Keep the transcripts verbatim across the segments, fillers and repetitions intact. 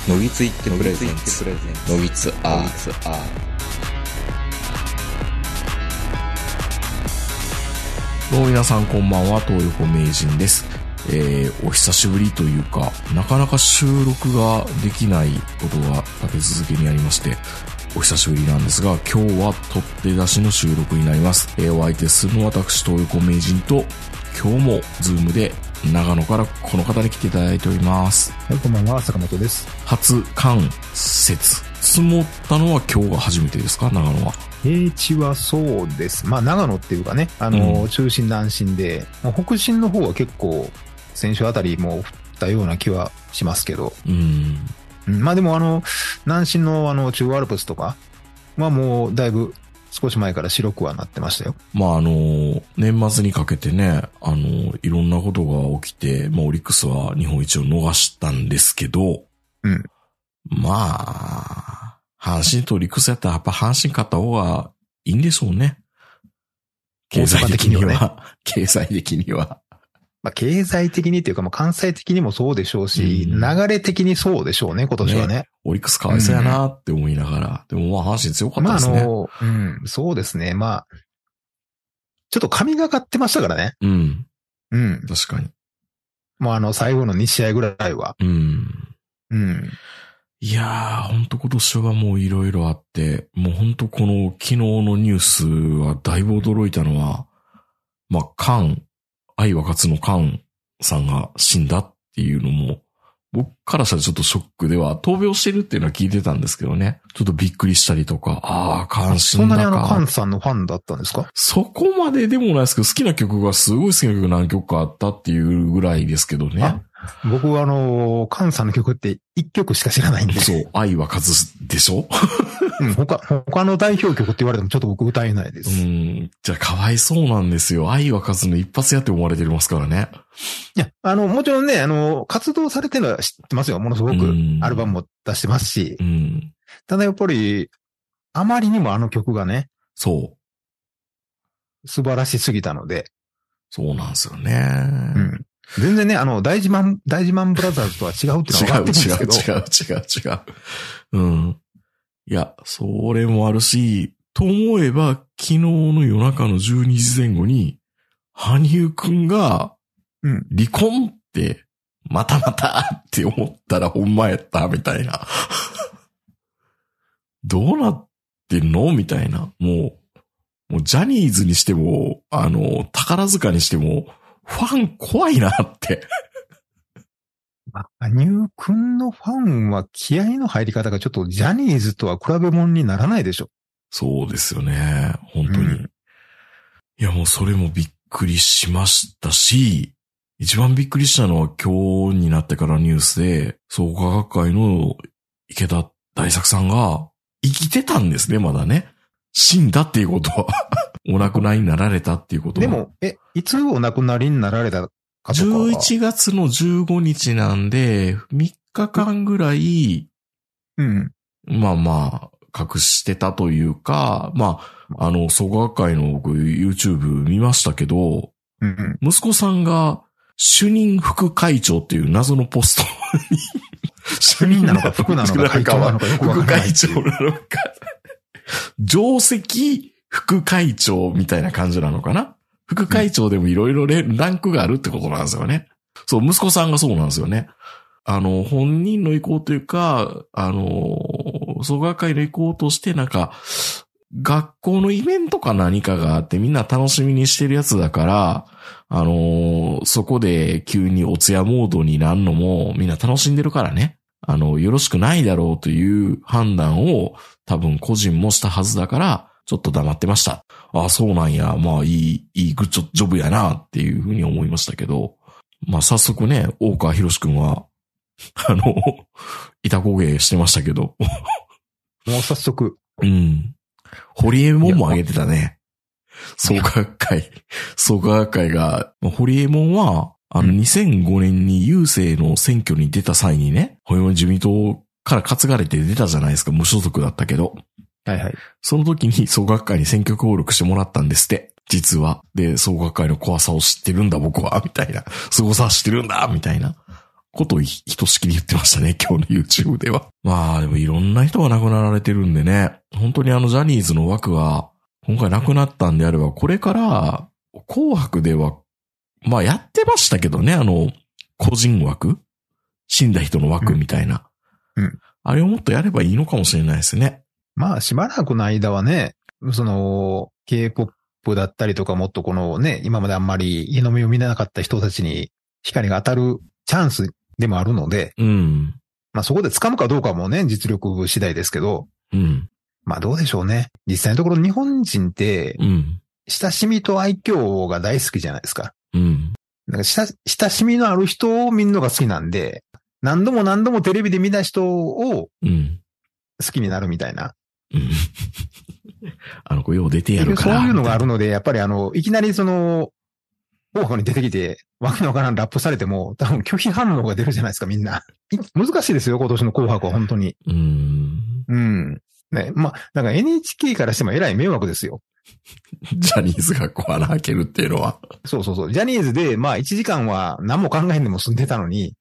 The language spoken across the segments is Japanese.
のぎついってプレゼンツのぎつアーどうも皆さんこんばんは、東横名人です。えー、お久しぶりというか、なかなか収録ができないことが立て続けにありまして、お久しぶりなんですが、今日は取って出しの収録になります。えー、お相手するのは私、東横名人と、今日もズームで長野からこの方に来ていただいております。 はい、こんばんは、坂本です。 初冠雪。積もったのは今日が初めてですか、長野は。 平地はそうです。まあ長野っていうかね、あの、うん、中心南進で、北進の方は結構先週あたりも降ったような気はしますけど。 うん。 まあでもあの、南進のあの中央アルプスとかはもうだいぶ少し前から白くはなってましたよ。 まああの、年末にかけてね、あの、いろんなことが起きて、まあオリックスは日本一を逃したんですけど、 うん。 まあ、阪神とオリックスやったらやっぱ阪神勝った方がいいんでしょうね。経済的には。にはね、経済的には。 まあ経済的にっていうか、まあ関西的にもそうでしょうし、うん、流れ的にそうでしょうね、今年はね。ね、 オリックスかわいそうやなって思いながら。うん、でもまあ阪神強かったですね。まああの、 うん、そうですね。まあ、ちょっと神がかってましたからね。 うん。 うん。 確かに。 もうあの、最後のに試合ぐらいは。 うん。 うん。 いやー、ほんと今年はもういろいろあって、もうほんとこの昨日のニュースはだいぶ驚いたのは、まあ、カン、愛は勝つのカンさんが死んだっていうのも、僕からしたらちょっとショックでは、闘病してるっていうのは聞いてたんですけどね。ちょっとびっくりしたりとか、ああ、カン死んだか。 そんなにあのカンさんのファンだったんですか？ そこまででもないですけど、好きな曲がすごい好きな曲何曲かあったっていうぐらいですけどね。 僕はあの、カンさんの曲って一曲しか知らないんで。 そう、愛は勝つでしょうん、他、他の代表曲って言われてもちょっと僕歌えないです。 うん。じゃあかわいそうなんですよ。愛は勝つの一発やって思われてますからね。 いや、あの、もちろんね、あの、活動されてるのは知ってますよ。ものすごく。アルバムも出してますし。 うん。 ただやっぱり、あまりにもあの曲がね。 そう。 素晴らしすぎたので。 そうなんですよね。 うん。全然ね、あの、大事マン、大事マンブラザーズとは違うっていうのは分かってるんですけど。 違う違う違う違う。うん。いや、それもあるし、と思えば、昨日の夜中のじゅうにじぜん後に、羽生くんが、離婚って、またまたって思ったらほんまやった、みたいな。どうなってんのみたいな。もう、もうジャニーズにしても、あの、宝塚にしても、ファン怖いなって。 羽生くんのファンは気合の入り方がちょっとジャニーズとは比べ物にならないでしょ。 そうですよね。本当に。うん、いやもうそれもびっくりしましたし、一番びっくりしたのは今日になってからニュースで、創価学会の池田大作さんが生きてたんですね、まだね。死んだっていうことは。お亡くなりになられたっていうことは。 でも、え、いつお亡くなりになられたかとか。 じゅういちがつのじゅうごにちなんで、みっかかんぐらい、 うん。 まあまあ、隠してたというか、まあ、あの、創価学会の僕 YouTube 見ましたけど、 うん、 息子さんが主任副会長っていう謎のポストに主任なのか副なのか会長なのかよくわからない。 副会長なのか。上席副会長みたいな感じなのかな。副会長でもいろいろランクがあるってことなんですよね。そう、息子さんがそうなんですよね。あの、本人の意向というか、あの、創価学会の意向としてなんか、学校のイベントか何かがあってみんな楽しみにしてるやつだから、あの、そこで急にお通夜モードになるのもみんな楽しんでるからね。あの、よろしくないだろうという判断を多分個人もしたはずだから、ちょっと黙ってました。ああ、そうなんや。まあ、いい、いいグッジョブやなっていうふうに思いましたけど。まあ、早速ね、大川博士くんは、あの、板焦げしてましたけど。 もう早速。 うん。堀江門も上げてたね。創価学会。創価学会が、堀江門は、あの、にせんごねんに郵政の選挙に出た際にね、堀江門自民党から担がれて出たじゃないですか。無所属だったけど。 はいはい。 その時に創価学会に選挙協力してもらったんですって。実は。で、創価学会の怖さを知ってるんだ僕は、みたいな。凄さを知ってるんだ、みたいなことをひとしきり言ってましたね、今日の YouTube では。まあでもいろんな人が亡くなられてるんでね、本当にあのジャニーズの枠が今回なくなったんであれば、これから紅白では、まあやってましたけどね、あの、個人枠死んだ人の枠みたいな。 うん。うん、あれをもっとやればいいのかもしれないですね。 まあしばらくの間はね、その、K-ポップ だったりとかもっとこのね、今まであんまり家の目を見なかった人たちに光が当たるチャンスでもあるので、 うん。 まあそこで掴むかどうかもね、実力次第ですけど、 うん。 まあどうでしょうね。実際のところ日本人って、うん。親しみと愛嬌が大好きじゃないですか。 うん。 なんか親、親しみのある人を見るのが好きなんで、何度も何度もテレビで見た人を、好きになるみたいな。 うん。あの子よう出てやるから。 そういうのがあるので、やっぱりあの、いきなりその、紅白に出てきて、わけのわからんラップされても、多分拒否反応が出るじゃないですか、みんな。難しいですよ、今年の紅白は、本当に。 うん。 うん。ね、まあ、だから エヌエイチケー からしてもえらい迷惑ですよ。 ジャニーズがこう穴開けるっていうのは。 そうそうそう。ジャニーズで、まあいちじかんは何も考えんでも済んでたのに、 うん。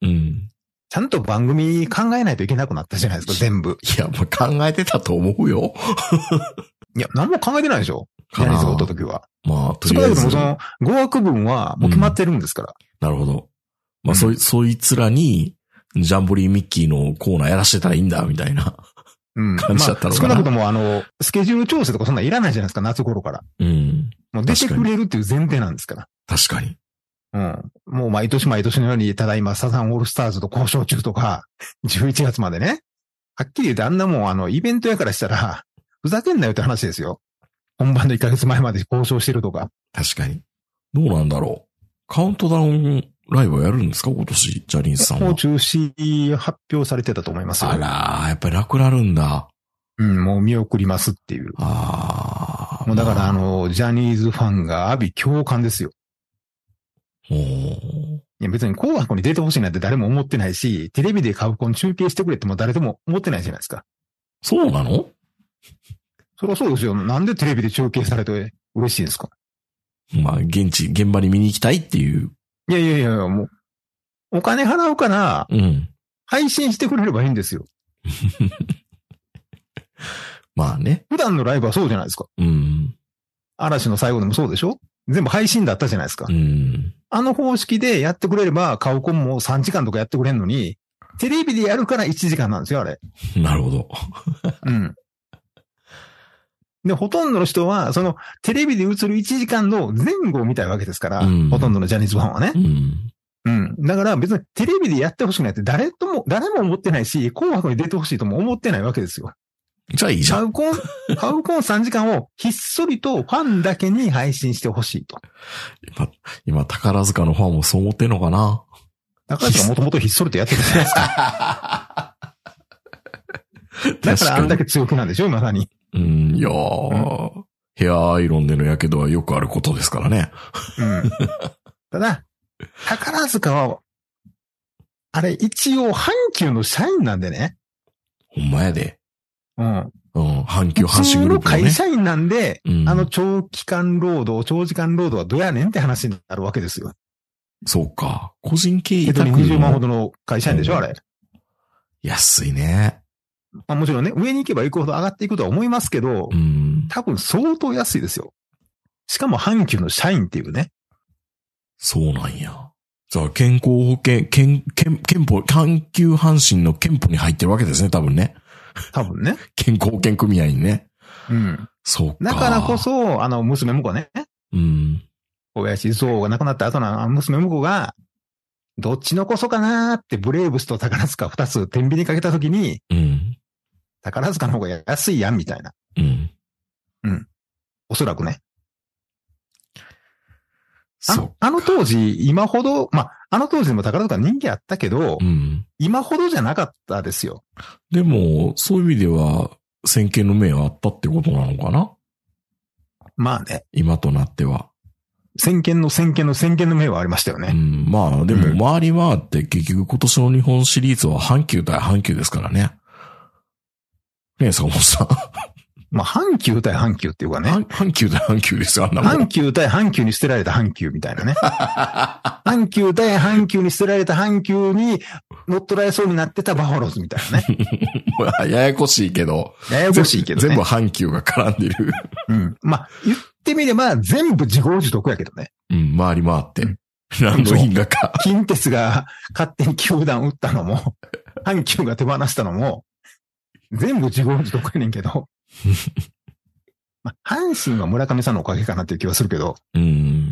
ちゃんと番組考えないといけなくなったじゃないですか、全部。 いや、もう考えてたと思うよ。 いや、何も考えてないでしょ。ジャニーズがおった時は。 まあ、 とりあえず。少なくともその、語学文はもう決まってるんですから。 うん、なるほど。まあ、そい、そいつらに、ジャンボリーミッキーのコーナーやらしてたらいいんだ、みたいな。うん。感じだったのかな。 まあ、少なくともあの、スケジュール調整とかそんないらないじゃないですか、夏頃から。 うん。 もう出てくれるっていう前提なんですから。 確かに。 うん。もう毎年毎年のように、ただいまサザンオールスターズと交渉中とか、じゅういちがつまでね。はっきり言ってあんなもんあの、イベントやからしたら、ふざけんなよって話ですよ。本番のいっかげつまえまで交渉してるとか。 確かに。どうなんだろう。カウントダウンライブはやるんですか今年、ジャニーズさんは。 もう中止発表されてたと思いますよ。 あらー、やっぱりなくなるんだ。 うん、もう見送りますっていう。 ああ。 もうだから、まあ、あの、ジャニーズファンが阿鼻共感ですよ。 おー。 いや別に紅白に出てほしいなんて誰も思ってないし、テレビでカウコン中継してくれっても誰でも思ってないじゃないですか。 そうなの？ そりゃそうですよ。なんでテレビで中継されて嬉しいんですか？ まあ、現地、現場に見に行きたいっていう。 いやいやいや、もう、お金払うから、 うん。 配信してくれればいいんですよ。 まあね。 普段のライブはそうじゃないですか。 うん。 嵐の最後でもそうでしょ？全部配信だったじゃないですか。 うん。 あの方式でやってくれれば、カウコンもさんじかんとかやってくれんのに、テレビでやるからいちじかんなんですよ、あれ。 なるほど。 うん。で、ほとんどの人は、その、テレビで映るいちじかんの前後を見たいわけですから、うん、ほとんどのジャニーズファンはね。 うん。 うん。だから別にテレビでやってほしくないって誰とも、誰も思ってないし、紅白に出てほしいとも思ってないわけですよ。 じゃあいいじゃん。 カウコン、カウコンさんじかんをひっそりとファンだけに配信してほしいと。 今、今、宝塚のファンもそう思ってんのかな？ 宝塚もともとひっそりとやってるじゃないですか。だからあんだけ強くなんでしょ、まさに。 うん、いやー、うん、ヘアアイロンでの火傷はよくあることですからね。 うん。ただ、宝塚は、あれ一応阪急の社員なんでね。 ほんまやで。 うん。 うん。阪急阪神グループの、ね、 会社員なんで、 うん、 あの長期間労働、長時間労働はどうやねんって話になるわけですよ。 そうか。個人経営委託にじゅうまんほどの会社員でしょ、うん、あれ。 安いね。 まあもちろんね、上に行けば行くほど上がっていくとは思いますけど、 うん、 多分相当安いですよ。しかも阪急の社員っていうね。 そうなんや。じゃあ健康保険、健、健、健保、阪急阪神の健保に入ってるわけですね、多分ね。 多分ね。 健康保険組合にね。 うん。 そうか。 だからこそ、あの、娘婿ね。 うん。 親父像が亡くなった後の娘婿が、どっちのこそかなーってブレーブスと宝塚二つ天秤にかけたときに、 うん。 宝塚の方が安いやん、みたいな。 うん。 うん。おそらくね。あの、あの当時、今ほど、まあ、あの当時でも宝塚人気あったけど、 うん、 今ほどじゃなかったですよ。 でも、そういう意味では、先見の明はあったってことなのかな？ まあね。 今となっては。 先見の先見の先見の明はありましたよね。 うん、まあ、でも回り回って結局今年の日本シリーズは阪急対阪急ですからね。ねえ、坂本さん。 まあ、阪急対阪急っていうかね。 阪急対阪急ですよ、あんなもん。 阪急対阪急に捨てられた阪急みたいなね。阪急対阪急に捨てられた阪急に乗っ取られそうになってたバファローズみたいなね。 まあ、ややこしいけど。 ややこしいけどね。 全部阪急が絡んでる。 うん。まあ、言ってみれば全部自業自得やけどね。 うん、回り回って。 うん、 何の因果か。 近鉄が勝手に球団打ったのも、阪急が手放したのも、全部自業自得やねんけど。まあ、阪神は村上さんのおかげかなっていう気はするけど。 うん。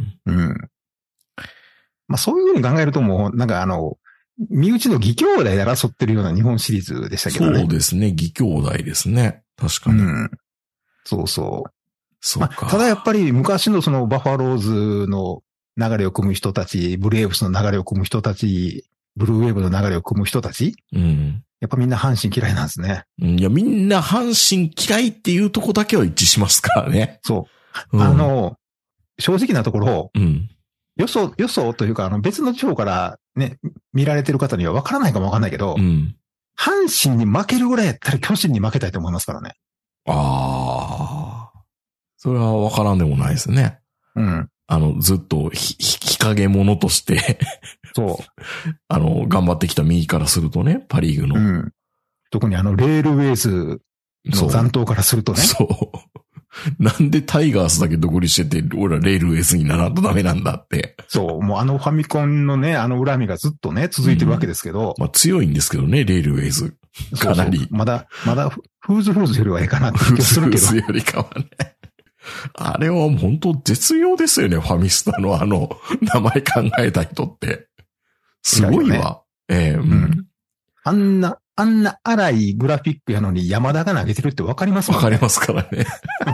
うん。まあそういうふうに考えるともう、なんかあの、身内の義兄弟で争ってるような日本シリーズでしたけどね。 そうですね。義兄弟ですね。確かに。 うん。そうそう。 そうか。 まあ、ただやっぱり昔のそのバファローズの流れを組む人たち、ブレーブスの流れを組む人たち、ブルーウェーブの流れを組む人たち。 うん。 やっぱみんな阪神嫌いなんですね。 いや、みんな阪神嫌いっていうとこだけは一致しますからね。 そう。うん、あの、正直なところ、 うん。 予想、予想というか、あの別の地方からね、見られてる方には分からないかも分かんないけど、 うん。 阪神に負けるぐらいやったら巨人に負けたいと思いますからね。 ああ。それは分からんでもないですね。 うん。 あの、ずっとひ、日陰者としてそう。 あの、頑張ってきた右からするとね、パリーグの。 うん。特にあの、レールウェイズの残党からするとね。 そう。そうなんでタイガースだけ独立してて、俺らレールウェイズにならんとダメなんだって。そう。 もうあのファミコンのね、あの恨みがずっとね、続いてるわけですけど。 うん、まあ強いんですけどね、レールウェイズ。かなり。 そうそうまだ、まだ、フーズフーズよりはええかなって気がするけど。 フーズよりかはね。あれは本当絶妙ですよね、ファミスタのあの、名前考えた人って。すごいわ。ね、ええー、うん、うん。 あんな、あんな荒いグラフィックやのに山田が投げてるってわかりますもんね。 わかりますからね。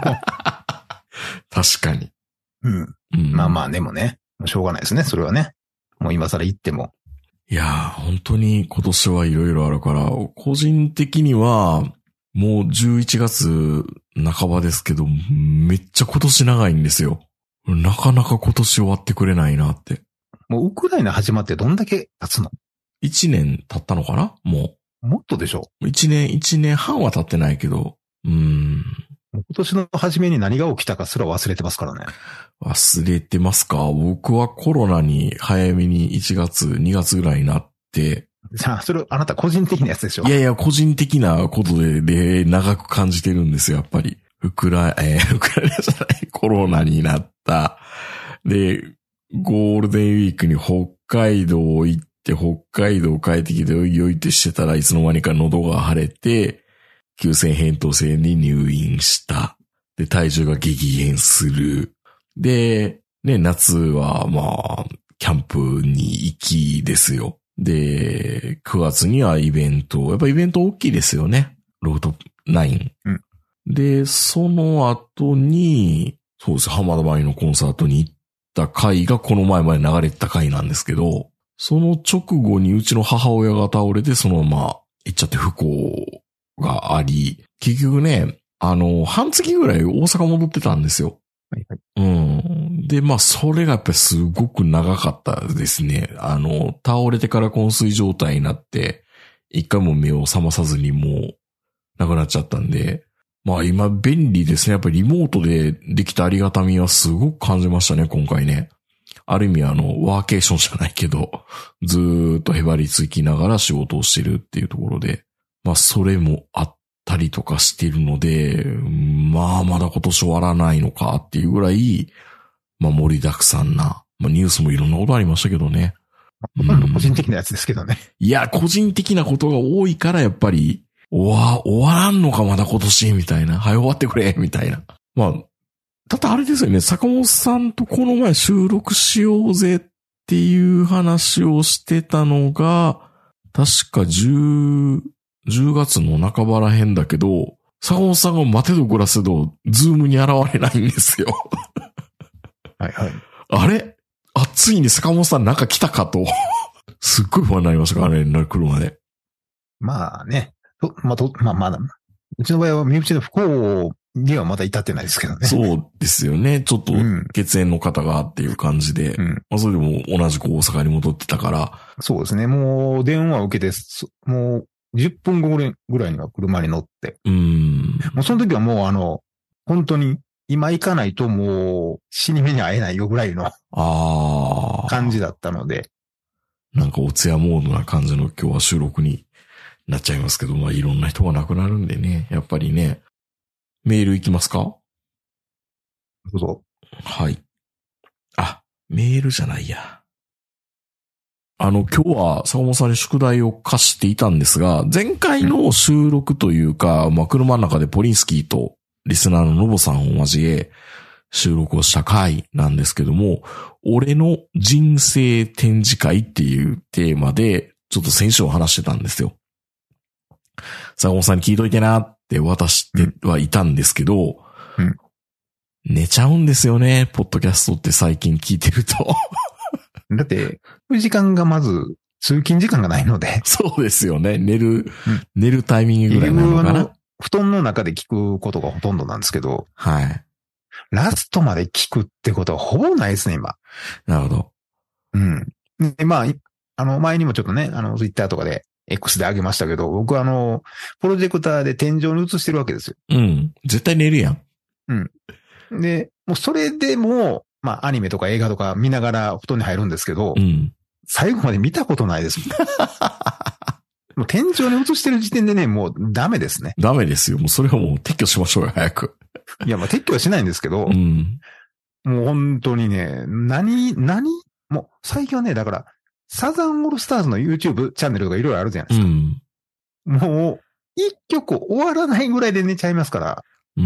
確かに。 うん。うん、まあまあでもね、しょうがないですね、それはね。もう今更言っても。 いやー、本当に今年はいろいろあるから、個人的には、もうじゅういちがつなかばですけど、めっちゃ今年長いんですよ。なかなか今年終わってくれないなって。 もうウクライナ始まってどんだけ経つの？ いちねん経ったのかなもう。もっとでしょ？ いちねん、いちねんはんは経ってないけど、うーん。 今年の初めに何が起きたかすら忘れてますからね。 忘れてますか？僕はコロナに早めにいちがつ、にがつぐらいになって、 じゃあ、それ、あなた個人的なやつでしょ？ いやいや、個人的なことで、で、長く感じてるんですよ、やっぱり。ウクライ、えー、ウクライナじゃない、コロナになった。で、ゴールデンウィークに北海道行って、北海道帰ってきて、おいおいってしてたらいつの間にか喉が腫れて、急性扁桃腺に入院した。で、体重が激減する。で、ね、夏は、まあ、キャンプに行きですよ。で、くがつにはイベント。やっぱイベント大きいですよね。ロードナイン。 うん、 で、その後に、そうです。浜田真理のコンサートに行った回がこの前まで流れてた回なんですけど、その直後にうちの母親が倒れて、そのまま行っちゃって不幸があり、結局ね、あの、半月ぐらい大阪戻ってたんですよ。 はいはい。 うん。で、まあ、それがやっぱりすごく長かったですね。あの、倒れてから昏睡状態になって、一回も目を覚まさずにもう、亡くなっちゃったんで、まあ今便利ですね。やっぱりリモートでできたありがたみはすごく感じましたね、今回ね。ある意味あの、ワーケーションじゃないけど、ずーっとへばりつきながら仕事をしてるっていうところで、まあそれもあったりとかしているので、まあまだ今年終わらないのかっていうぐらい、まあ盛りだくさんな、まあニュースもいろんなことありましたけどね。 ほとんど個人的なやつですけどね。 いや、個人的なことが多いからやっぱり、終わ、終わらんのかまだ今年みたいな。はい、終わってくれみたいな。まあ、だってあれですよね、坂本さんとこの前収録しようぜっていう話をしてたのが、確か10、じゅうがつの半ばらへんだけど、坂本さんが待てど暮らせど、ズームに現れないんですよ。 はいはい。 あれあ、ついに坂本さんなんか来たかと。すっごい不安になりましたからね、来るまで。 まあね。と、まあ、と、まあ、まだ、うちの場合は身内の不幸にはまだ至ってないですけどね。 そうですよね。ちょっと血縁の方がっていう感じで。うん、まあ、それでも同じく大阪に戻ってたから。 そうですね。もう電話を受けて、もうじゅっぷんごぐらいには車に乗って。 うん。 もうその時はもうあの、本当に今行かないともう死に目に会えないよぐらいのああ。 感じだったので。 なんかおつやモードな感じの今日は収録になっちゃいますけど、まあいろんな人が亡くなるんでね、やっぱりね、メールいきますか？ どうぞ。 はい。あ、メールじゃないや。あの、今日は坂本さんに宿題を課していたんですが、前回の収録というか、まあ、車の中でポリンスキーとリスナーのノボさんを交え、収録をした回なんですけども、俺の人生展示会っていうテーマで、ちょっと先週お話してたんですよ。坂本さんに聞いといてなって渡してはいたんですけど、 うん、 寝ちゃうんですよね、ポッドキャストって最近聞いてると。 だって、時間がまず、通勤時間がないので。 そうですよね。寝る、うん、寝るタイミングぐらいなのかな。 布団の中で聞くことがほとんどなんですけど。 はい。 ラストまで聞くってことはほぼないですね、今。 なるほど。 うん。で、まあ、あの、前にもちょっとね、あの、ツイッターとかで、X で上げましたけど、僕はあの、プロジェクターで天井に映してるわけですよ。 うん。絶対寝るやん。 うん。で、もうそれでも、まあ、アニメとか映画とか見ながら布団に入るんですけど、 うん、 最後まで見たことないですもん。もう天井に映してる時点でね、もうダメですね。 ダメですよ。もうそれはもう撤去しましょうよ、早く。 いや、まあ撤去はしないんですけど、 うん、 もう本当にね、何、何もう最近はね、だから、サザンオールスターズの YouTube チャンネルとかいろいろあるじゃないですか。うん、もう、一曲終わらないぐらいで寝ちゃいますから。 うん。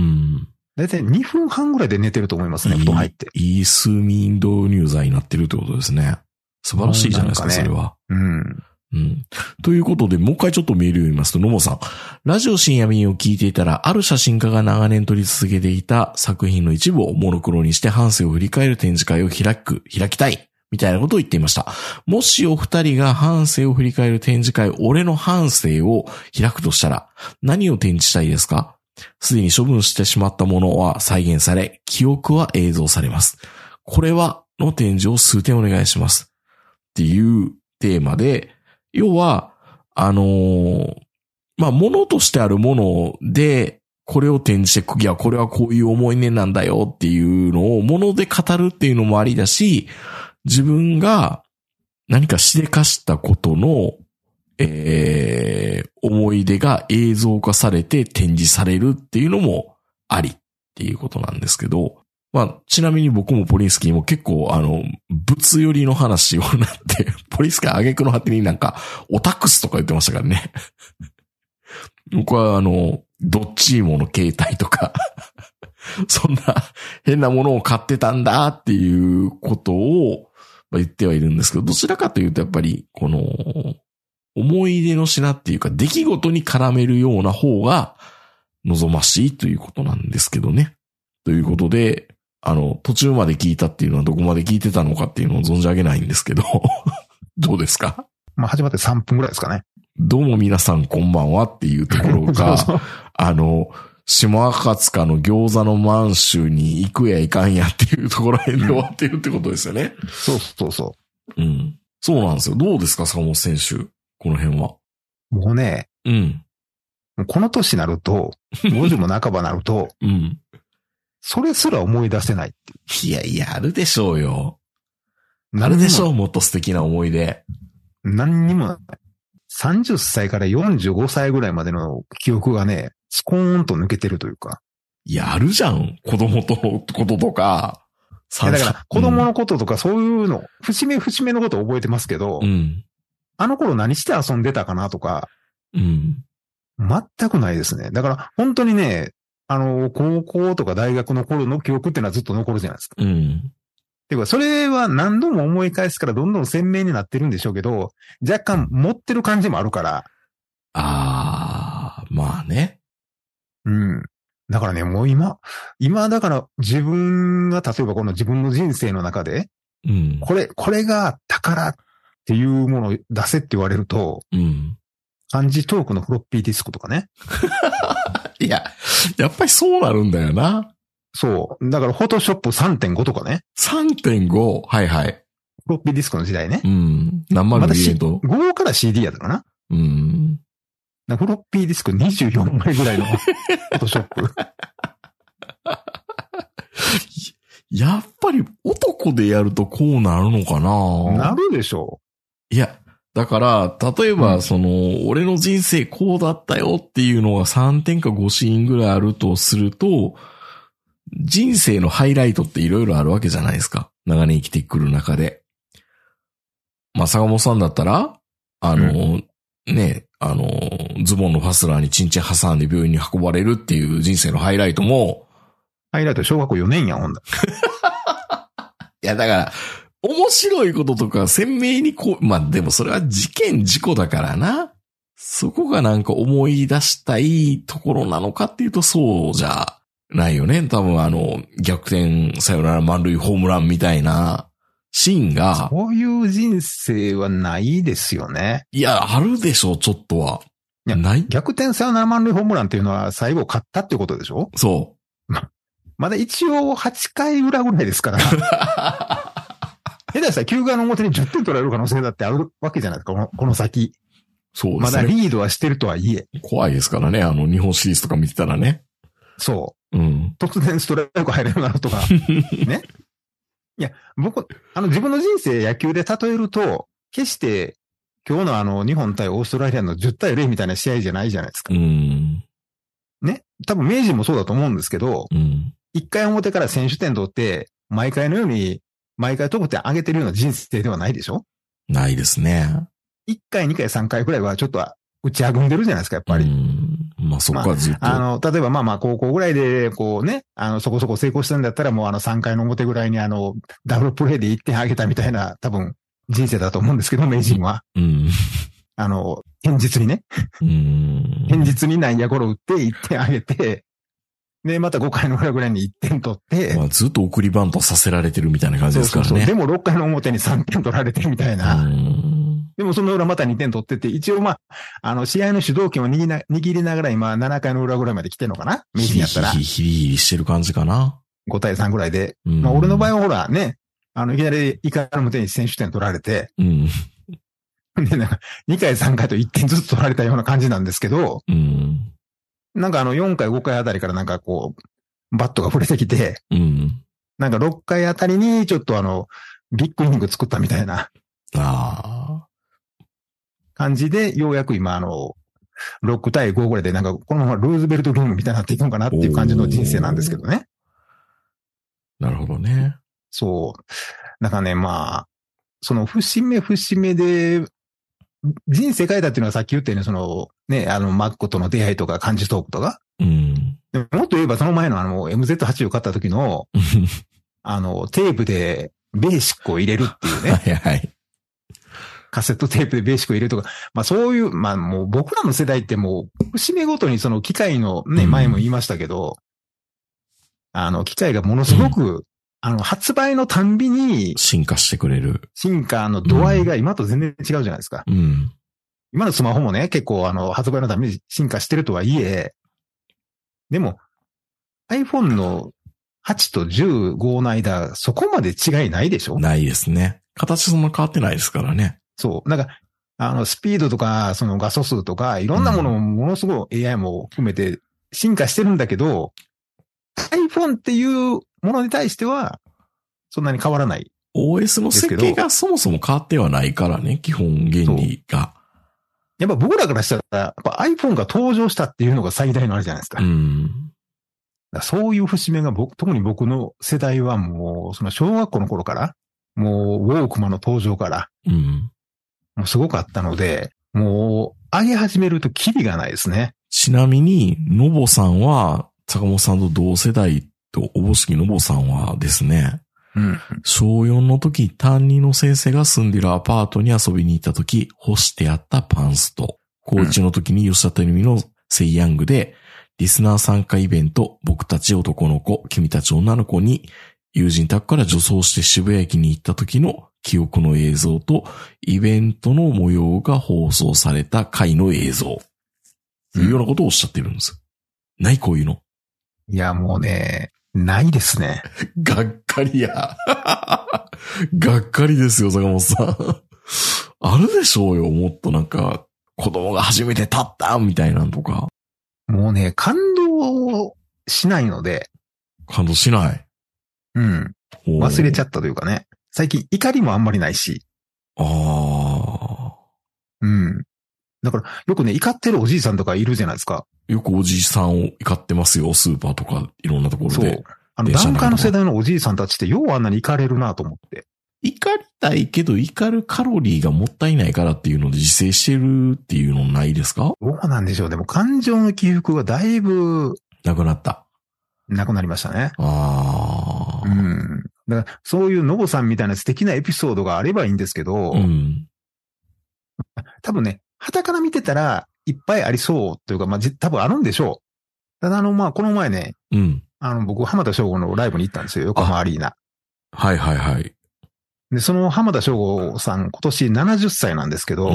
だいたいにふんはんぐらいで寝てると思いますね、布団入って。 いい睡眠導入剤になってるってことですね。素晴らしいじゃないですか、ね、それは。 うん。 うん。ということで、もう一回ちょっとメールを読みますと、のもさん。ラジオ深夜便を聞いていたら、ある写真家が長年撮り続けていた作品の一部をモノクロにして半生を振り返る展示会を開く、開きたい。みたいなことを言っていました。もしお二人が半生を振り返る展示会、俺の半生を開くとしたら、何を展示したいですか？すでに処分してしまったものは再現され、記憶は映像されます。これはの展示を数点お願いします。っていうテーマで、要は、あのー、まあ、ものとしてあるもので、これを展示して、いや、これはこういう思い出なんだよっていうのを、もので語るっていうのもありだし、自分が何かしでかしたことの、えー、思い出が映像化されて展示されるっていうのもありっていうことなんですけど、まあ、ちなみに僕もポリンスキーも結構あの、物寄りの話をなって、ポリンスキー挙句の果てになんか、オタクスとか言ってましたからね。僕はあの、どっちもの携帯とか、そんな変なものを買ってたんだっていうことを言ってはいるんですけど、どちらかというとやっぱり、この、思い出の品っていうか、出来事に絡めるような方が望ましいということなんですけどね。ということで、あの、途中まで聞いたっていうのはどこまで聞いてたのかっていうのを存じ上げないんですけど、どうですか？ まあ始まってさんぷんぐらいですかね。 どうも皆さんこんばんはっていうところが、そうそうあの、下赤塚の餃子の満州に行くやいかんやっていうところへんで終わってるってことですよね。 そうそうそう。 うん。そうなんですよ。どうですか、坂本選手。この辺は。 もうね。 うん。 この年になると、ごじゅうも半ばなると、 うん。 それすら思い出せないっていう。いやいや、あるでしょうよ。あるでしょう、もっと素敵な思い出。 何にもない。さんじゅっさいからよんじゅうごさいぐらいまでの記憶がね、スコーンと抜けてるというか。 いや、あるじゃん。子供とのこととか。 いやだから、子供のこととかそういうの、節目節目のことを覚えてますけど、 うん。 あの頃何して遊んでたかなとか、 うん。 全くないですね。だから本当にね、あの、高校とか大学の頃の記憶っていうのはずっと残るじゃないですか。 うん。 ていうか、それは何度も思い返すからどんどん鮮明になってるんでしょうけど、若干持ってる感じもあるから。 ああ、まあね。 うん。だからね、もう今、今だから自分が例えばこの自分の人生の中で、 うん。 これ、これが宝っていうものを出せって言われると、 うん。 漢字トークのフロッピーディスクとかね。 いや、やっぱりそうなるんだよな。 そう。だからフォトショップ さんてんご とかね。 さんてんご? はいはい。 フロッピーディスクの時代ね。 うん。何万のイベント。 ごから シーディー やったかな。 うん。 フロッピーディスクにじゅうよんまいぐらいのフォトショップ。 やっぱり男でやるとこうなるのかな？ なるでしょう。いや、だから、例えば、その、うん、俺の人生こうだったよっていうのがさんてんかごシーンぐらいあるとすると、人生のハイライトっていろいろあるわけじゃないですか。長年生きてくる中で。まあ、坂本さんだったら、あの、うん、ね、あの、ズボンのファスナーにチンチン挟んで病院に運ばれるっていう人生のハイライトも、 ハイライト小学校よねんや、ほんだ。 いや、だから、面白いこととか鮮明にこう、まあでもそれは事件事故だからな。そこがなんか思い出したいところなのかっていうとそうじゃないよね。多分あの、逆転サヨナラ満塁ホームランみたいなシーンが。 そういう人生はないですよね。 いや、あるでしょ、ちょっとは。 いや、ない逆転サヨナラ満塁ホームランっていうのは最後勝ったってことでしょ？ そう。 ま、まだ一応はちかい裏ぐらいですから。下手したらきゅうかいの表にじゅってん取られる可能性だってあるわけじゃないですか、この、この先。 そうですね。 まだリードはしてるとはいえ。 怖いですからね、あの、日本シリーズとか見てたらね。 そう。 うん。 突然ストライク入れるなとか。ね。いや、僕、あの、自分の人生野球で例えると、決して、今日のあの、日本対オーストラリアのじゅうたいゼロみたいな試合じゃないじゃないですか。 うん。 ね。多分、明治もそうだと思うんですけど、 うん。 いっかい表から先取点取って、毎回のように、毎回得点上げてるような人生ではないでしょ？ ないですね。 いっかい、にかい、さんかいくらいはちょっと打ちあぐんでるじゃないですか、やっぱり。 うん。まあそこはずっと。 まあ、あの、例えばまあまあ高校ぐらいで、こうね、あの、そこそこ成功したんだったらもうあのさんかいの表ぐらいにあの、ダブルプレイでいってん上げたみたいな、多分、人生だと思うんですけど、名人は。 うん。 あの、現実にね。 うん。 現実に内野ゴロ打っていってん上げて、で、またごかいの裏ぐらいにいってん取って。 まあ、ずっと送りバントさせられてるみたいな感じですからね。そうそうそう。でもろっかいの表にさんてん取られてるみたいな。でもその裏またにてん取ってて、一応まあ、あの、試合の主導権を握りな握りながら今ななかいの裏ぐらいまで来てんのかな？名人やったら。 ヒリヒリヒリしてる感じかな。 ごたいさんぐらいで。まあ、俺の場合はほらね、あの、いきなりいかの表に選手点取られて。 うん。 で、なんか、にかいさんかいといってんずつ取られたような感じなんですけど。 うん。 なんかあのよんかいごかいあたりからなんかこう、バットが触れてきて、 うん。なんかろっかいあたりにちょっとあの、ビッグイニング作ったみたいな。 ああ。 感じで、ようやく今あの、ろくたいごぐらいでなんかこのままルーズベルトゲームみたいになっていくのかなっていう感じの人生なんですけどね。 なるほどね。 そう。だからね、まあ、その節目節目で、人生変えたっていうのはさっき言ったように、その、ね、あの、マックとの出会いとか、漢字トークとか。 うん。 もっと言えばその前のあの、エムゼットはち を買った時の、あの、テープでベーシックを入れるっていうね。 はいはい。 カセットテープでベーシックを入れるとか。まあそういう、まあもう僕らの世代ってもう、節目ごとにその機械のね、前も言いましたけど、うん、あの、機械がものすごく、うん、あの、発売のたんびに、 進化してくれる。 進化の度合いが今と全然違うじゃないですか。 うん。 今のスマホもね、結構あの、発売のために進化してるとはいえ、でも、iPhone のはちとじゅうごの間、そこまで違いないでしょ？ ないですね。形そんな変わってないですからね。 そう。なんか、あの、スピードとか、その画素数とか、いろんなものもものすごい エーアイ も含めて進化してるんだけど、iPhone っていうものに対しては、そんなに変わらない。 オーエス の設計がそもそも変わってはないからね、基本原理が。 やっぱ僕らからしたら、やっぱ iPhone が登場したっていうのが最大のあれじゃないですか。 うん。 だそういう節目が僕、特に僕の世代はもう、その小学校の頃から、もうウォークマンの登場から、 うん。 もうすごかったので、もう上げ始めるとキリがないですね。 ちなみに、のぼさんは、坂本さんと同世代と、おぼしきのぼさんはですね、 うん、 小よんの時、担任の先生が住んでいるアパートに遊びに行った時、干してあったパンスト。高いちの時に吉田照美のセイヤングで、リスナー参加イベント、僕たち男の子、君たち女の子に、友人宅から女装して渋谷駅に行った時の記憶の映像と、イベントの模様が放送された回の映像。というようなことをおっしゃってるんです。うん、ないこういうの。 いや、もうね、ないですね。 がっかりや。がっかりですよ、坂本さん。あるでしょうよ、もっとなんか、 子供が初めて立ったみたいなんとか。 もうね、感動しないので。 感動しない。 うん。忘れちゃったというかね。最近怒りもあんまりないし。 ああ。 うん。だから、よくね、怒ってるおじいさんとかいるじゃないですか。 よくおじいさんを怒ってますよ、スーパーとか、いろんなところで。そう。 あの、段階の世代のおじいさんたちって、ようあんなに怒れるなと思って。 怒りたいけど、怒るカロリーがもったいないからっていうので自制してるっていうのないですか？ どうなんでしょう。でも、感情の起伏がだいぶ、 なくなった。 なくなりましたね。 ああ。 うん。だから、そういうノボさんみたいな素敵なエピソードがあればいいんですけど、 うん。 多分ね、傍から見てたらいっぱいありそうというか、まあ、多分あるんでしょう。ただあの、まあ、この前ね、 うん。 あの、僕、浜田省吾のライブに行ったんですよ、横浜アリーナ。 はいはいはい。 で、その浜田省吾さん、今年ななじゅっさいなんですけど、うん、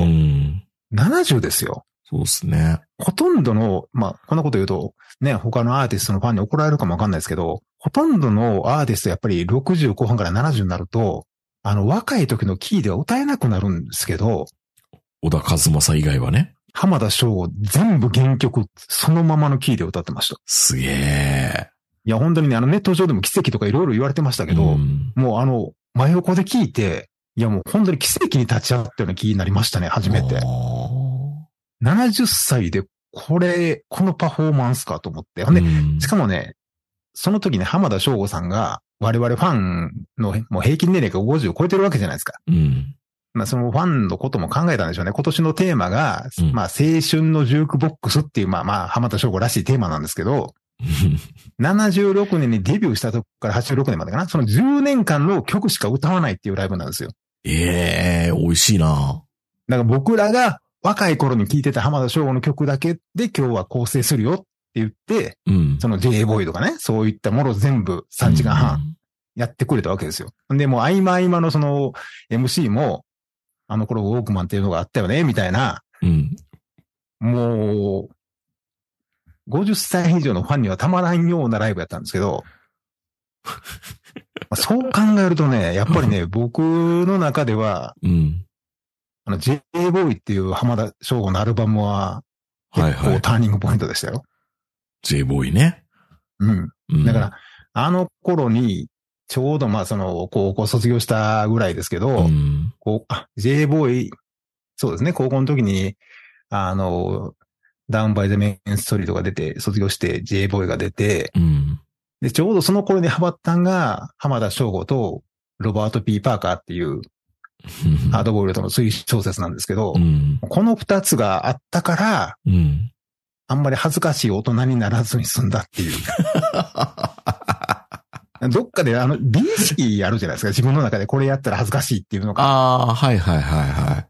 ななじゅうですよ。 そうですね。 ほとんどの、まあ、こんなこと言うと、ね、他のアーティストのファンに怒られるかもわかんないですけど、ほとんどのアーティストやっぱりろくじゅう後半からななじゅうになると、あの、若い時のキーでは歌えなくなるんですけど、 小田和正以外はね。 浜田省吾全部原曲そのままのキーで歌ってました。 すげえ。 いや、本当にね、あのネット上でも奇跡とかいろいろ言われてましたけど、うん、もうあの、真横で聞いて、いやもう本当に奇跡に立ち会ったような気になりましたね、初めて。ななじゅっさいでこれ、このパフォーマンスかと思って。ほんで、うん、しかもね、その時ね、浜田省吾さんが我々ファンのもう平均年齢がごじゅうを超えてるわけじゃないですか。 うんまあそのファンのことも考えたんでしょうね。今年のテーマが、うん、まあ青春のジュークボックスっていう、まあまあ浜田省吾らしいテーマなんですけど、ななじゅうろくねんにデビューしたとこからはちじゅうろくねんまでかな。そのじゅうねんかんの曲しか歌わないっていうライブなんですよ。 ええー、美味しいな。 だから僕らが若い頃に聴いてた浜田省吾の曲だけで今日は構成するよって言って、うん、その ジェイ ボーイとかね、そういったもの全部さんじかんはんやってくれたわけですよ。で、もう合間合間のその エムシー も、あの頃ウォークマンっていうのがあったよね、みたいな。 うん、 もう、ごじゅっさい以上のファンにはたまらんようなライブやったんですけど、そう考えるとね、やっぱりね、僕の中では、 うん、 あの ジェイ ボーイっていう浜田省吾のアルバムは、結構ターニングポイントでしたよ。 ジェイ ボーイね。 うん。うん、だから、あの頃に、ちょうどまあその高校卒業したぐらいですけど、 うん、 こうあ ジェイ ボーイ、そうですね、高校の時に、あの、ダウンバイザメインストリートが出て、卒業して ジェイ ボーイが出て、 うん、 で、ちょうどその頃にハマったんが、浜田省吾とロバート・ピー・パーカーっていう、ハードボイルドの推理小説なんですけど、 うん、 この二つがあったから、 うん、 あんまり恥ずかしい大人にならずに済んだっていう。どっかであの、美意識あるじゃないですか。自分の中でこれやったら恥ずかしいっていうのが。 ああ、はいはいはいはい。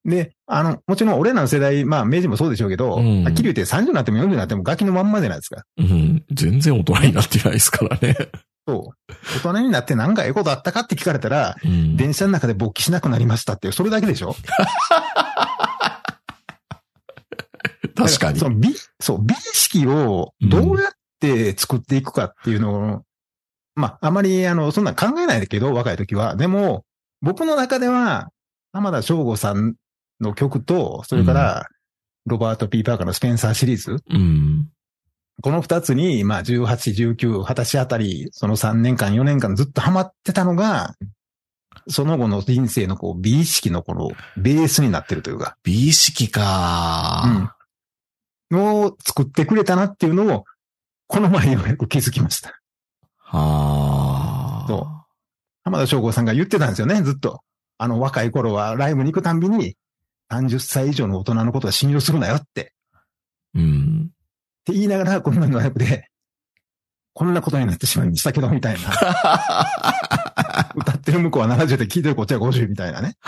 で、あの、もちろん俺らの世代、まあ、明治もそうでしょうけど、うん、はっきり言ってさんじゅうになってもよんじゅうになってもガキのまんまじゃないですか。 うん。全然大人になってないですからね。 そう。大人になって何かええことあったかって聞かれたら、 うん、 電車の中で勃起しなくなりましたっていう、それだけでしょ確かに。 その美、そう、美意識をどうやって作っていくかっていうのを、うん、まあ、あまり、あの、そんな考えないけど、若い時は。でも、僕の中では、浜田省吾さんの曲と、それから、ロバート・ピー・パーカーのスペンサーシリーズ。 うん、 この二つに、まあ、じゅうはち、じゅうきゅう、はたちあたり、そのさんねんかん、よねんかんずっとハマってたのが、その後の人生のこう、美意識のこの、ベースになってるというか。 美意識か。 うん。を作ってくれたなっていうのを、この前ようやく気づきました。 はあ。 そう。浜田省吾さんが言ってたんですよね、ずっと。あの、若い頃はライブに行くたんびに、さんじゅっさい以上の大人のことは信用するなよって。 うん。 って言いながら、この前のライブで、こんなことになってしまいましたけど、みたいな。歌ってる向こうはななじゅうで聴いてるこっちはごじゅうみたいなね。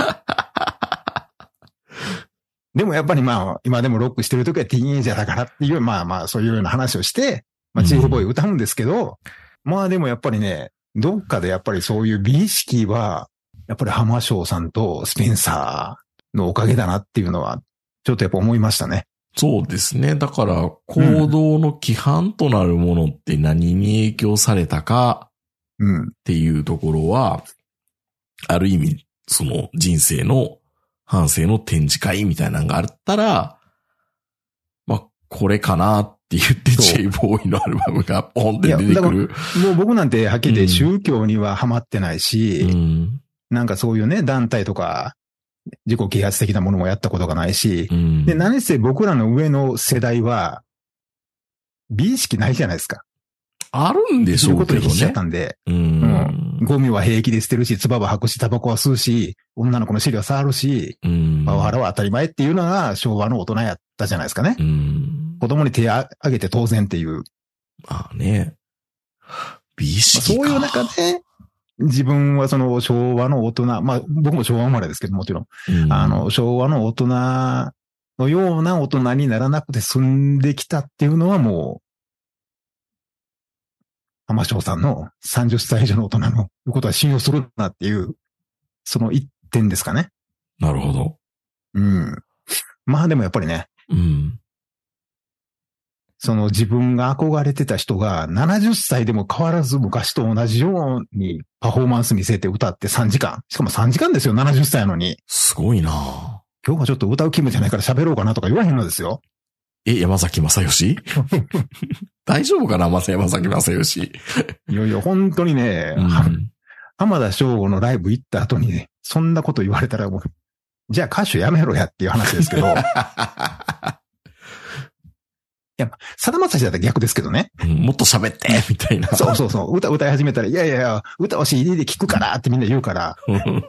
でもやっぱりまあ、今でもロックしてる時はティーンエイジャーだからっていう、まあまあ、そういうような話をして、まあ、ジェイボーイ歌うんですけど、うん、まあでもやっぱりね、どっかでやっぱりそういう美意識は、やっぱり浜省さんとスペンサーのおかげだなっていうのは、ちょっとやっぱ思いましたね。 そうですね。だから、行動の規範となるものって何に影響されたか、っていうところは、ある意味、その人生の半生の展示会みたいなのがあったら、まあ、これかなって言って J ボーイのアルバムがポンって出てくる。 もう僕なんてはっきり言って宗教にはハマってないし、うん、なんかそういうね、団体とか、自己啓発的なものもやったことがないし、うん、で、何せ僕らの上の世代は、美意識ないじゃないですか。 あるんでしょうけどね。そういうことにしちゃったんで、うんうん、ゴミは平気で捨てるし、唾は吐くし、タバコは吸うし、女の子の尻は触るし、うん、パワハラは当たり前っていうのが昭和の大人やったじゃないですかね。うん、子供に手を挙げて当然っていう。 まあね。美意識か。 そういう中で、自分はその昭和の大人、まあ僕も昭和生まれですけどもちろん、うん、あの昭和の大人のような大人にならなくて済んできたっていうのはもう、浜翔さんのさんじゅっさい以上の大人の言うことは信用するなっていう、その一点ですかね。 なるほど。 うん。まあでもやっぱりね、うん、その自分が憧れてた人がななじゅっさいでも変わらず昔と同じようにパフォーマンス見せて歌ってさんじかん。しかもさんじかんですよ、ななじゅっさいなのに。 すごいな今日はちょっと歌う気分じゃないから喋ろうかなとか言わへんのですよ。 え、山崎正義大丈夫かな山崎正義いやいや、本当にね、うん、浜田省吾のライブ行った後にね、そんなこと言われたらもう、じゃあ歌手やめろやっていう話ですけど。いや、さだまさしだったら逆ですけどね。 うん、もっと喋って、みたいな。 そうそうそう。歌歌い始めたら、いやいやいや、歌を シーディー で聞くからってみんな言うから。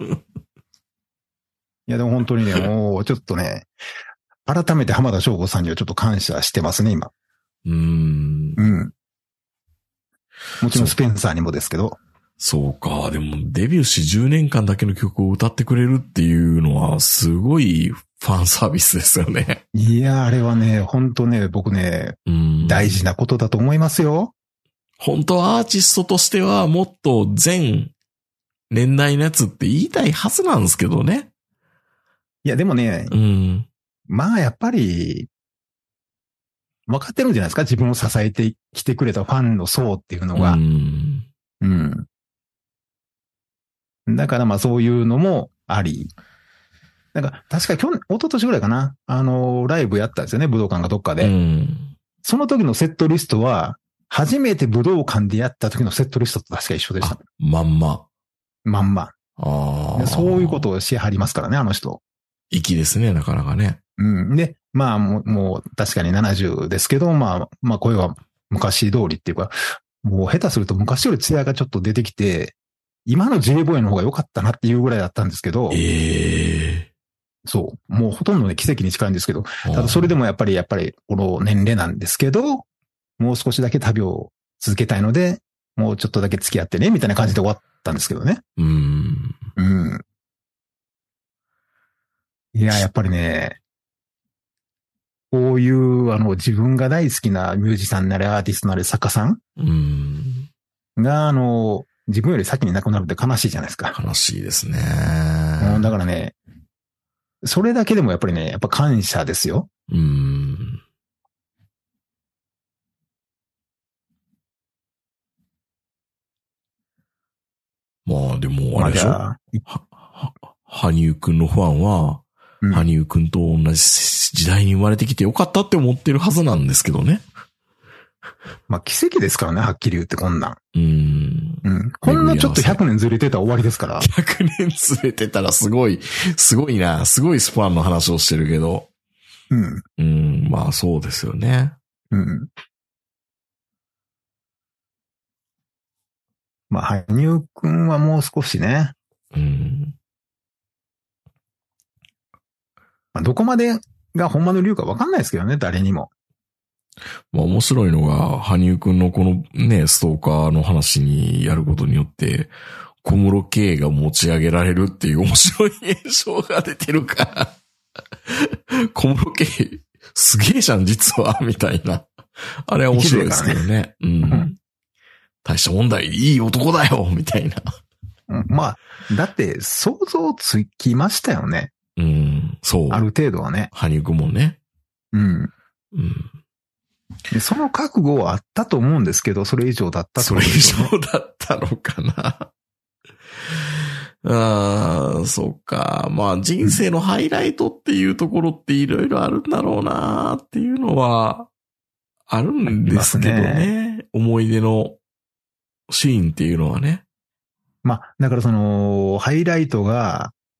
いや、でも本当にね、もうちょっとね、改めて浜田省吾さんにはちょっと感謝してますね、今。うーん。うん。もちろんスペンサーにもですけど。 そうか。でもデビューしじゅうねんかんだけの曲を歌ってくれるっていうのはすごいファンサービスですよね。 いや、あれはね、本当ね、僕ね、大事なことだと思いますよ。 本当はアーティストとしてはもっと全年代のやつって言いたいはずなんですけどね。 いや、でもね、うん、まあやっぱり、分かってるんじゃないですか、自分を支えてきてくれたファンの層っていうのが。うん。うん。だからまあそういうのもあり。なんか確か去年、一昨年ぐらいかな。あの、ライブやったんですよね、武道館がどっかで。うん。その時のセットリストは、初めて武道館でやった時のセットリストと確か一緒でした。 まんま。 まんま。ああ。そういうことをしはりますからね、あの人。 粋ですね、なかなかね。 うん。で、まあもう、もう確かにななじゅうですけど、まあ、まあ声は昔通りっていうか、もう下手すると昔より艶がちょっと出てきて、今の J ボーイの方が良かったなっていうぐらいだったんですけど、ええー、そう。もうほとんどね、奇跡に近いんですけど、ただそれでもやっぱり、やっぱりこの年齢なんですけど、もう少しだけ旅を続けたいので、もうちょっとだけ付き合ってね、みたいな感じで終わったんですけどね。うん。うん。いや、やっぱりね、こういう、あの、自分が大好きなミュージシャンなりアーティストなり作家さんうんが、あの、自分より先に亡くなるって悲しいじゃないですか。 悲しいですね。 うん、だからね、それだけでもやっぱりね、やっぱ感謝ですよ。うん。 まあでも、あれでしょ、まあ、は、は、羽生くんのファンは、うん、羽生くんと同じ時代に生まれてきてよかったって思ってるはずなんですけどね。 まあ奇跡ですからね、はっきり言ってこんなん。うん。うん。こんなちょっとひゃくねんずれてたら終わりですから。 ひゃくねんずれてたらすごい、すごいな、すごいスパンの話をしてるけど。うん。うん、まあそうですよね。うん。 まあ、羽生くんはもう少しね。うん。まあ、どこまでがほんまの理由かわかんないですけどね、誰にも。 まあ面白いのが、羽生くんのこのね、ストーカーの話にやることによって、小室圭が持ち上げられるっていう面白い現象が出てるから、小室圭、すげえじゃん、実は、みたいな。あれは面白いですけどね。うん。大した問題、いい男だよ、みたいな。 まあ、だって想像つきましたよね。うん、そう。ある程度はね。 羽生くんもね。うん。うん。 でその覚悟はあったと思うんですけど、それ以上だったと思うんですよね。 それ以上だったのかな。 ああ、そっか。まあ人生のハイライトっていうところっていろいろあるんだろうなっていうのはあるんですけどね。ね、思い出のシーンっていうのはね。 まあ、だからその、ハイライトが、 うん。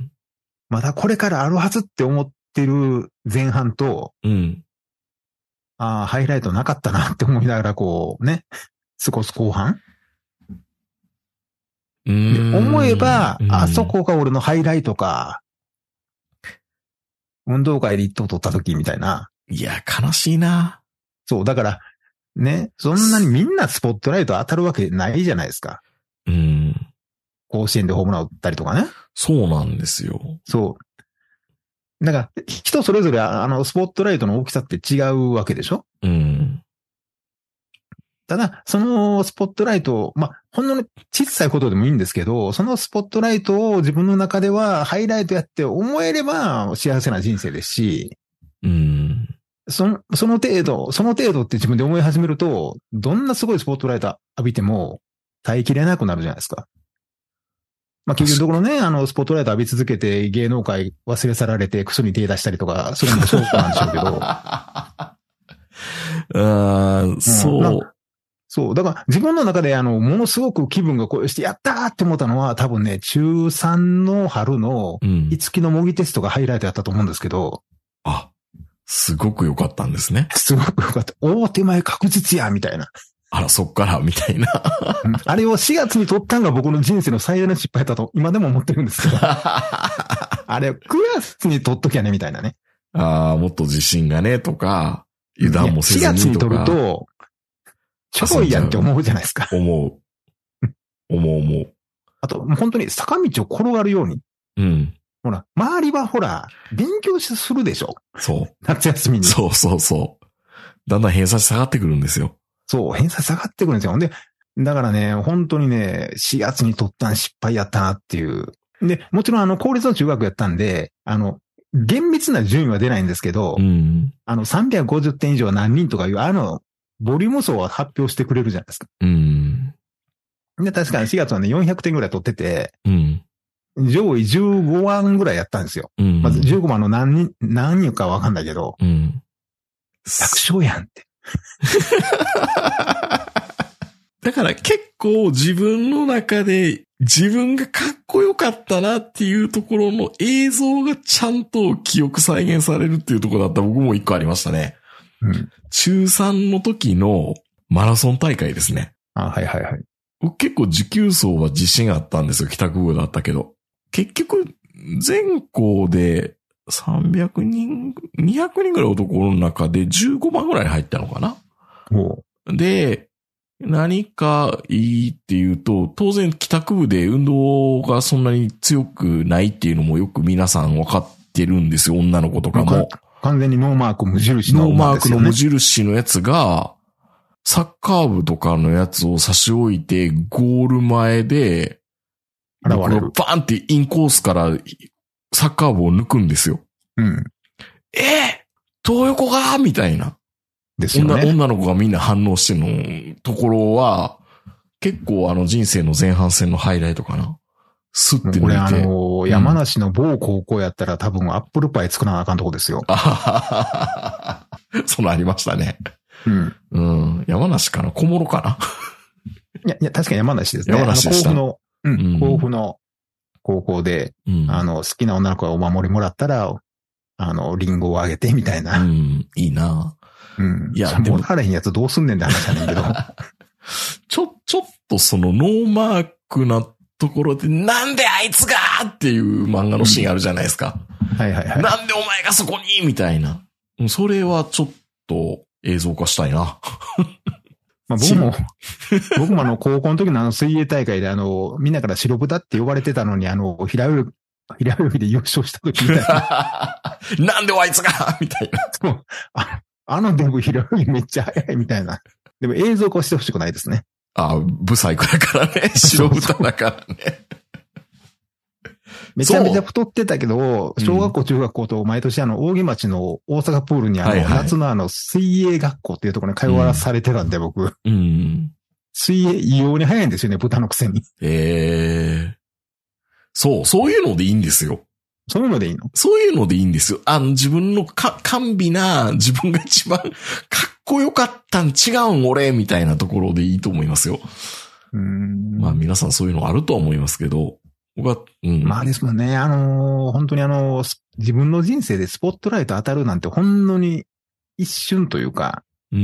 またこれからあるはずって思ってる前半と、 うん。 ああ、ハイライトなかったなって思いながらこうね、過ごす後半。 うーん。 で思えば、 うん、 あそこが俺のハイライトか。運動会で一等取った時みたいな。 いや、悲しいな。 そう、だから、ね、そんなにみんなスポットライト当たるわけないじゃないですか。 うん。 甲子園でホームラン打ったりとかね。 そうなんですよ。 そう。だから、人それぞれあの、スポットライトの大きさって違うわけでしょ？ うん。 ただ、そのスポットライト、まあ、ほんのに小さいことでもいいんですけど、そのスポットライトを自分の中ではハイライトやって思えれば幸せな人生ですし、 うん。 その、その程度、その程度って自分で思い始めると、どんなすごいスポットライト浴びても耐えきれなくなるじゃないですか。まあ、結局のところね、あの、スポットライト浴び続けて芸能界忘れ去られてクソに手出したりとか、それもそうなんでしょうけど。 ああ、そう。 うんそう。だから自分の中であの、ものすごく気分がこうして、やったーって思ったのは多分ね、中さんの春の、いつきの模擬テストがハイライトやったと思うんですけど。 うん、あ、すごく良かったんですね。 すごく良かった。大手前確実やみたいな。 あら、そっから、みたいな。 あれをしがつに撮ったんが僕の人生の最大の失敗だと今でも思ってるんですけど。あれ、くがつに撮っときゃね、みたいなね。 ああ、もっと自信がね、とか、油断もせずにとか。 しがつに撮ると、ちょろいやんって思うじゃないですか。 思う。思う思う。 あと、本当に坂道を転がるように。 うん。 ほら、周りはほら、勉強するでしょ。 そう。 夏休みに。 そうそうそう。だんだん偏差値下がってくるんですよ。 そう、偏差値下がってくるんですよ。で、だからね、本当にね、しがつに取ったん失敗やったなっていう。で、もちろんあの、公立の中学やったんで、あの、厳密な順位は出ないんですけど、 うん、 あの、さんびゃくごじゅってん以上何人とかいう、あの、ボリューム層は発表してくれるじゃないですか。 うん。 で、確かにしがつはね、よんひゃくてんぐらい取ってて、 うん。 上位じゅうごばんぐらいやったんですよ。 うん、 まずじゅうごばんの何人、何人かわかんないけど、 うん。 楽勝やんって。 だから結構自分の中で自分がかっこよかったなっていうところの映像がちゃんと記憶再現されるっていうところだったら僕も一個ありましたね。 うん、 中さんの時のマラソン大会ですね。 あ、はいはいはい。 僕結構持久走は自信あったんですよ。帰宅部だったけど。結局全校でさんびゃくにん、にひゃくにんぐらい男の中でじゅうごばんぐらい入ったのかな。で、何かいいっていうと、当然帰宅部で運動がそんなに強くないっていうのもよく皆さん分かってるんですよ。女の子とかも。 完全にノーマーク無印の、 ね。ノーマークの無印のやつが、サッカー部とかのやつを差し置いて、ゴール前で、 現れる。 バーンってインコースからサッカー部を抜くんですよ。 うん。 ええー、東横がみたいな。 ですよね。 女、女の子がみんな反応してのところは、結構あの人生の前半戦のハイライトかな。スッて抜いて。 これあの、うん、山梨の某高校やったら多分アップルパイ作らなあかんとこですよ。 あはははそのありましたね。 うん。 うん。山梨かな小諸かないや、いや、確かに山梨ですね。 山梨でした。 甲府の、うん、うん、甲府の高校で、うん、あの、好きな女の子がお守りもらったら、あの、リンゴをあげてみたいな。 うん、いいなうん。いや、でも、もられへんやつどうすんねんって話やねんけど。 ちょ、ちょっとそのノーマークなところで、なんであいつがっていう漫画のシーンあるじゃないですか。 うん、はいはいはい。 なんでお前がそこにみたいな。それはちょっと映像化したいな。 まあ僕も、僕もあの、高校の時のあの水泳大会であの、みんなから白豚って呼ばれてたのに、あの、平泳ぎ、平泳ぎで優勝した時みたいな。 なんであいつがみたいな。 そう。ああのデブ平泳ぎめっちゃ速いみたいな。でも映像化してほしくないですね。 ああ、ブサイクだからね。白豚だからね。 めちゃめちゃ太ってたけど、小学校、中学校と毎年あの、扇町の大阪プールにあの、はいはい、夏のあの、水泳学校っていうところに通わされてたんで、僕。 うん。 水泳異様に早いんですよね、豚のくせに。 ええー。 そう、そういうのでいいんですよ。 そういうのでいいの？ そういうのでいいんですよ。あの、自分のか、甘美な、自分が一番かっこよかったん違うん俺、みたいなところでいいと思いますよ。 うーん。 まあ皆さんそういうのあるとは思いますけど、僕は、うん。 まあですもんね、あのー、本当にあのー、自分の人生でスポットライト当たるなんてほんのに一瞬というか、 うん。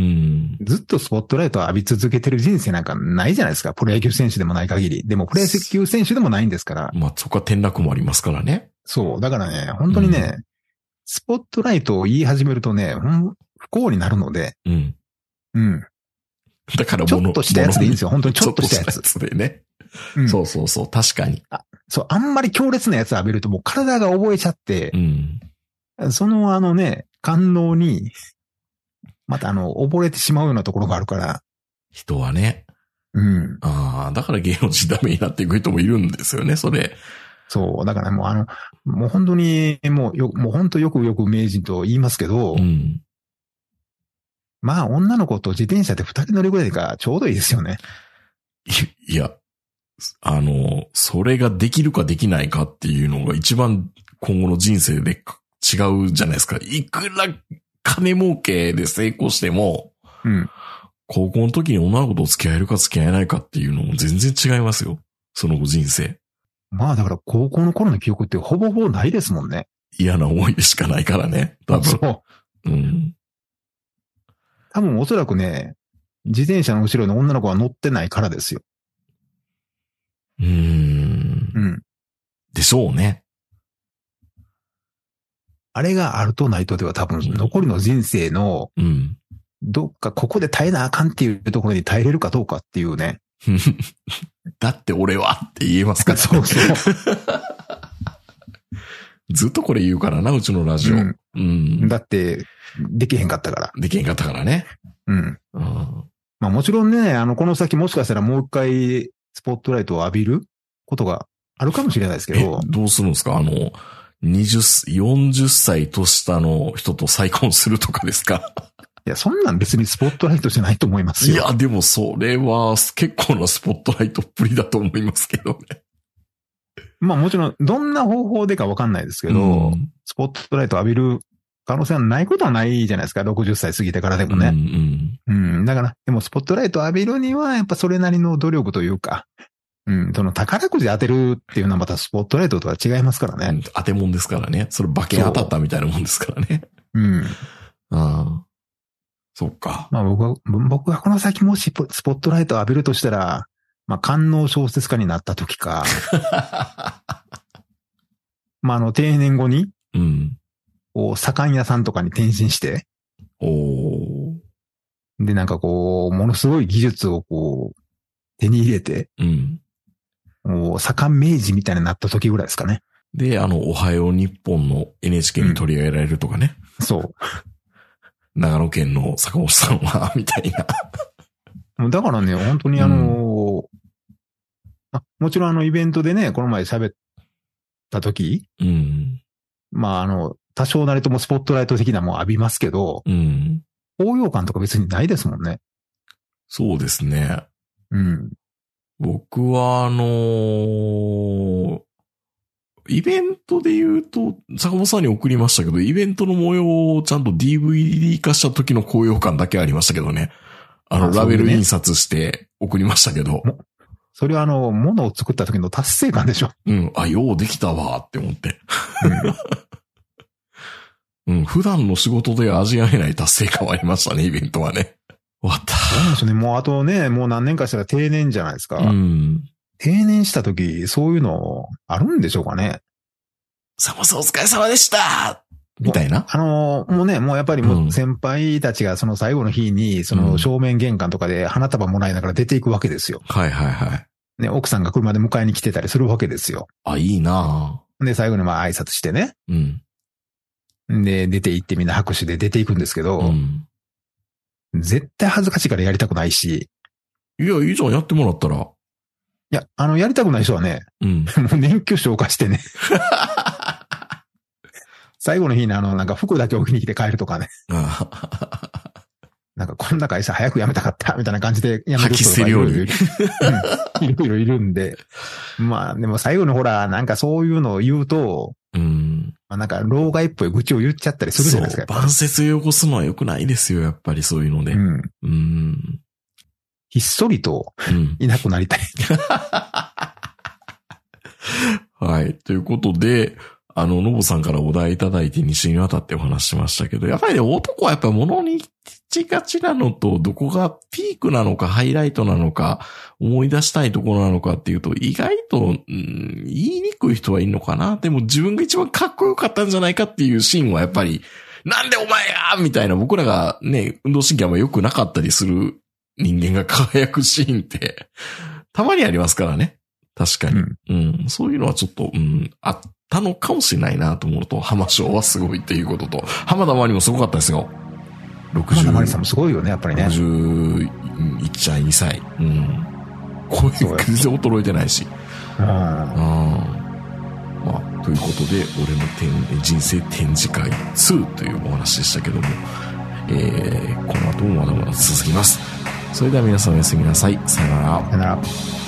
ずっとスポットライトを浴び続けてる人生なんかないじゃないですか。プロ野球選手でもない限り。でもプロ野球選手でもないんですから。 まあそこは転落もありますからね。 そう。だからね、本当にね、うん、スポットライトを言い始めるとね、不幸になるので。 うん。 うん。 だからちょっとしたやつでいいんですよ。本当にちょっとしたやつ。 ちょっとしたやつでね。 うん、 そうそうそう。確かに。 あ、そう、あんまり強烈なやつ浴びるともう体が覚えちゃって、 うん、 そのあのね、感動に、またあの、溺れてしまうようなところがあるから。 人はね。 うん。 ああ、だから芸能人ダメになっていく人もいるんですよね、それ。 そう。だからもうあの、もう本当に、もうよ、もう本当よくよく名人と言いますけど、 うん、 まあ女の子と自転車で二人乗りぐらいがちょうどいいですよね。 いや、あの、それができるかできないかっていうのが一番今後の人生で違うじゃないですか。いくら金儲けで成功しても、 うん、 高校の時に女の子と付き合えるか付き合えないかっていうのも全然違いますよ。その後人生。 まあだから高校の頃の記憶ってほぼほぼないですもんね。 嫌な思い出しかないからね。多分。 そう。 うん。 多分おそらくね、自転車の後ろに女の子は乗ってないからですよ。 うーん。 うん。 でしょうね。 あれがあるとないとでは多分残りの人生の、 うん。 どっかここで耐えなあかんっていうところに耐えれるかどうかっていうね。 だって俺はって言えますかそうそう。 ずっとこれ言うからな、うちのラジオ。うん。うん、 だって、できへんかったから。 できへんかったからね。 うん。 うん、 まあもちろんね、あの、この先もしかしたらもう一回スポットライトを浴びることがあるかもしれないですけど。 え、どうするんですか？あの、にじゅう、よんじゅっさい年下の人と再婚するとかですか？ いや、そんなん別にスポットライトじゃないと思いますよ。 いや、でもそれは結構なスポットライトっぷりだと思いますけどね。 まあもちろん、どんな方法でかわかんないですけど、うん、スポットライト浴びる可能性はないことはないじゃないですか。ろくじゅっさい過ぎてからでもね。うんうん。うん。だから、でもスポットライト浴びるには、やっぱそれなりの努力というか、うん。その宝くじ当てるっていうのはまたスポットライトとは違いますからね。 うん、当てもんですからね。それ馬券当たったみたいなもんですからね。 う。うん。 ああ。そっか。 まあ僕は、僕がこの先もしスポットライトを浴びるとしたら、まあ官能小説家になった時か。まああの定年後に、 うん。 こう、左官屋さんとかに転身して。 おー。 で、なんかこう、ものすごい技術をこう、手に入れて。 うん。 もう、左官明治みたいになった時ぐらいですかね。 で、あの、おはよう日本の エヌエイチケー に取り上げられるとかね。 うん、そう。 長野県の坂本さんは、みたいな。 だからね、本当にあの、うん、あ、もちろんあのイベントでね、この前喋った時、 うん、 まああの、多少なりともスポットライト的なもん浴びますけど、 うん、 高揚感とか別にないですもんね。 そうですね。 うん。 僕はあのー、イベントで言うと、坂本さんに送りましたけど、イベントの模様をちゃんと ディーブイディー 化した時の高揚感だけありましたけどね。あの、あラベル印刷して送りましたけど。 それはあの、物を作った時の達成感でしょ。 うん。あ、ようできたわって思って。うん、うん。普段の仕事では味わえない達成感はありましたね、イベントはね。終わった。 そうですね。もうあとね、もう何年かしたら定年じゃないですか。 うん。 定年した時、そういうのあるんでしょうかね。 サモさんお疲れ様でしたみたいな。 あの、もうね、もうやっぱりもう先輩たちがその最後の日に、その正面玄関とかで花束もらいながら出ていくわけですよ。 はいはいはい。 ね、奥さんが車で迎えに来てたりするわけですよ。 あ、いいなぁ。 で、最後にまあ挨拶してね。 うん。 で、出て行ってみんな拍手で出ていくんですけど、 うん、 絶対恥ずかしいからやりたくないし。 いや、いいじゃん、やってもらったら。 いや、あの、やりたくない人はね、 うん、 もう免許証貸してね。最後の日にあの、なんか服だけ置きに来て帰るとかね。 なんかこんな会社早く辞めたかったみたいな感じで辞める吐き捨てるように。 いろいろいるんで。まあでも最後のほら、なんかそういうのを言うと、 うん。 まあ、なんか老害っぽい愚痴を言っちゃったりするじゃないですか。 そう。晩節汚すのは良くないですよ、やっぱりそういうので。 うん。 うん。 ひっそりといなくなりたい。 うん、はい。ということで、あの、ノブさんからお題いただいてに週にわたってお話ししましたけど、やっぱりね、男はやっぱり物にちがちなのと、どこがピークなのか、ハイライトなのか、思い出したいところなのかっていうと、意外と、うん、言いにくい人はいいのかな。でも自分が一番かっこよかったんじゃないかっていうシーンはやっぱり、なんでお前がみたいな、僕らがね、運動神経あんま良くなかったりする人間が輝くシーンって、たまにありますからね。確かに。うん。うん、そういうのはちょっと、うん、あったのかもしれないなと思うと、浜翔はすごいっていうことと、浜田真理もすごかったですよ。ろくじゅう。 浜田真理さんもすごいよね、やっぱりね。 ろくじゅういっちゃいにさい。うん。声全然衰えてないし。 うん。 まあ、ということで、俺の展人生展示会ツーというお話でしたけども、えー、この後もまだまだ続きます。それでは皆さんおやすみなさい。さよなら。 さよなら。